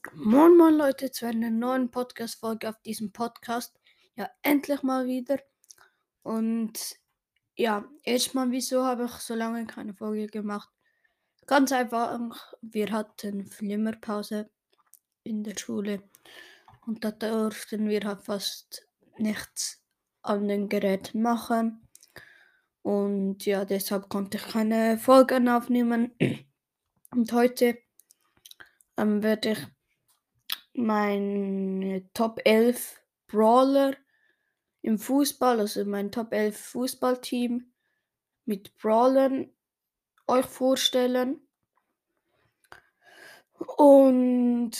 Moin Moin Leute zu einer neuen Podcast-Folge auf diesem Podcast. Ja, endlich mal wieder. Und ja, erstmal, wieso habe ich so lange keine Folge gemacht? Ganz einfach, wir hatten Flimmerpause in der Schule und da durften wir halt fast nichts an den Geräten machen. Und ja, deshalb konnte ich keine Folgen aufnehmen. Und heute werde ich meine Top 11 Brawler im Fußball, also mein Top 11 Fußballteam mit Brawlern euch vorstellen. Und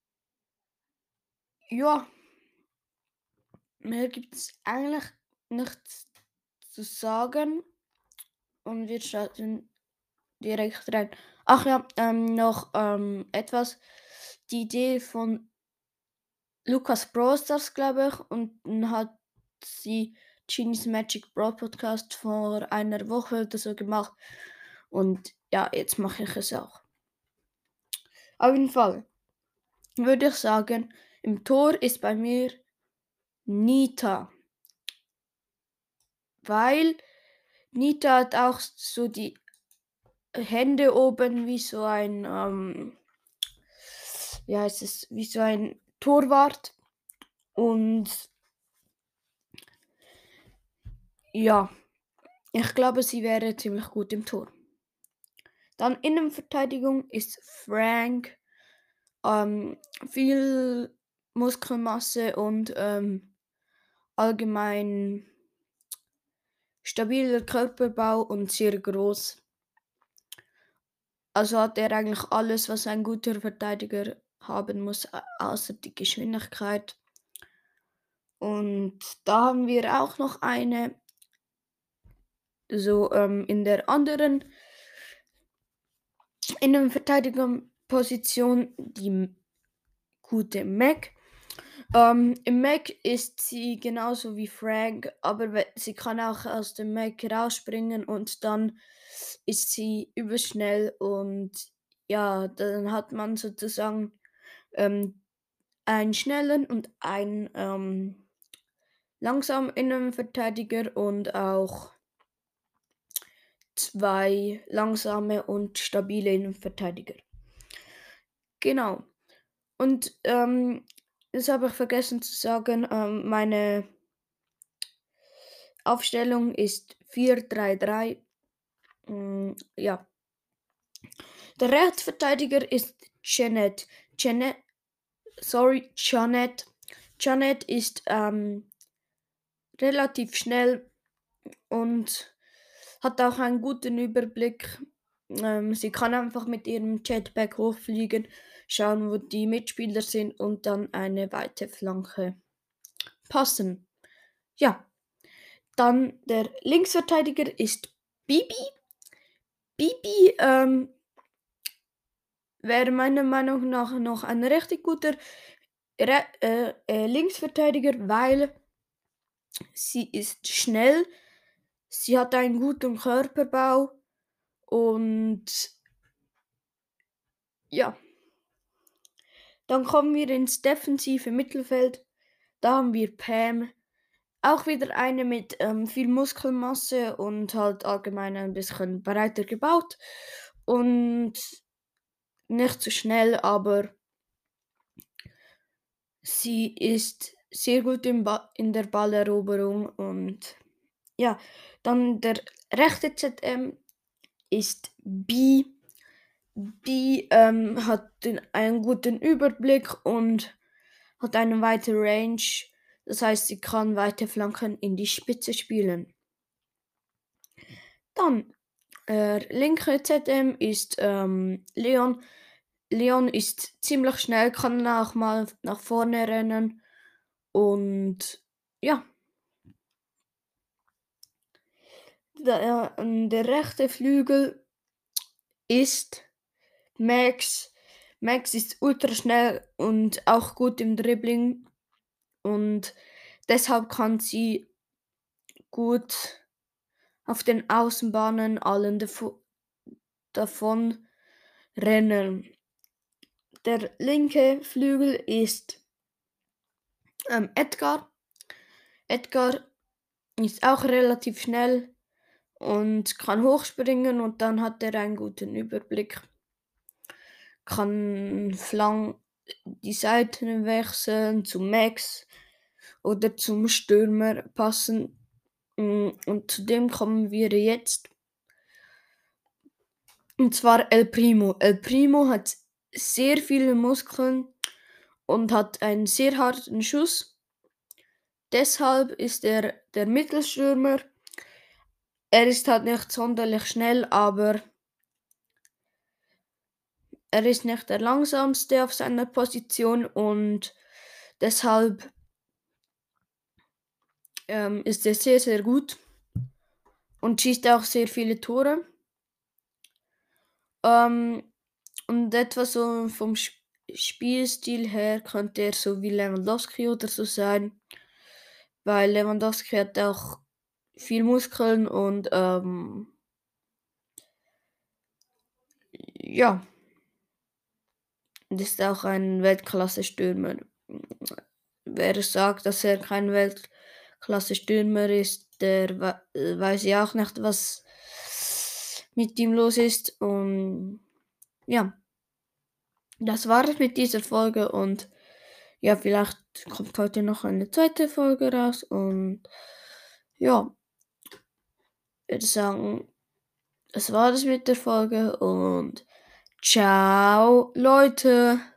ja, mehr gibt es eigentlich nichts zu sagen. Und wir starten direkt rein. Ach ja, noch etwas. Die Idee von Lukas Brawlstars, glaube ich, und dann hat sie Genie's Magic Brawl Podcast vor einer Woche oder so gemacht. Und ja, jetzt mache ich es auch. Auf jeden Fall würde ich sagen, im Tor ist bei mir Nita, weil Nita hat auch so die Hände oben wie so ein, wie heißt es, wie so ein Torwart. Und ja, ich glaube, sie wäre ziemlich gut im Tor. Dann Innenverteidigung ist Frank. Viel Muskelmasse und allgemein stabiler Körperbau und sehr groß. Also hat er eigentlich alles, was ein guter Verteidiger haben muss, außer die Geschwindigkeit. Und da haben wir auch noch eine, so in der anderen Innenverteidigerposition, die gute Mac. Im Mac ist sie genauso wie Frank, aber sie kann auch aus dem Mac rausspringen und dann ist sie überschnell und ja, dann hat man sozusagen ähm, einen schnellen und einen langsamen Innenverteidiger und auch zwei langsame und stabile Innenverteidiger. Genau. Und das habe ich vergessen zu sagen, meine Aufstellung ist 4-3-3. Ja. Der Rechtsverteidiger ist Janet. Janet. Janet ist relativ schnell und hat auch einen guten Überblick. Sie kann einfach mit ihrem Jetpack hochfliegen, schauen, wo die Mitspieler sind und dann eine weite Flanke passen. Ja, dann der Linksverteidiger ist Bibi. Bibi wäre meiner Meinung nach noch ein richtig guter Linksverteidiger, weil sie ist schnell, sie hat einen guten Körperbau und ja. Dann kommen wir ins defensive Mittelfeld. Da haben wir Pam. Auch wieder eine mit viel Muskelmasse und halt allgemein ein bisschen breiter gebaut. Und nicht so schnell, aber sie ist sehr gut in der Balleroberung. Und ja, dann der rechte ZM ist B. B hat einen guten Überblick und hat eine weite Range. Das heißt, sie kann weite Flanken in die Spitze spielen. Dann linke ZM ist Leon. Leon ist ziemlich schnell, kann auch mal nach vorne rennen. Und ja, der rechte Flügel ist Max. Max ist ultra schnell und auch gut im Dribbling. Und deshalb kann sie gut auf den Außenbahnen allen davon rennen. Der linke Flügel ist Edgar. Edgar ist auch relativ schnell und kann hochspringen und dann hat er einen guten Überblick. Kann die Seiten wechseln zu Max oder zum Stürmer passen. Und zu dem kommen wir jetzt. Und zwar El Primo. El Primo hat sehr viele Muskeln und hat einen sehr harten Schuss. Deshalb ist er der Mittelstürmer. Er ist halt nicht sonderlich schnell, aber er ist nicht der langsamste auf seiner Position und deshalb ist er sehr, sehr gut und schießt auch sehr viele Tore. Und etwa so vom Spielstil her könnte er so wie Lewandowski oder so sein, weil Lewandowski hat auch viel Muskeln und ja, und ist auch ein Weltklasse-Stürmer. Wer sagt, dass er kein Weltklasse-Stürmer ist, der weiß ja auch nicht, was mit ihm los ist. Und ja, das war es mit dieser Folge. Und ja, vielleicht kommt heute noch eine zweite Folge raus. Und ja, ich würde sagen, das war es mit der Folge. Und ciao, Leute.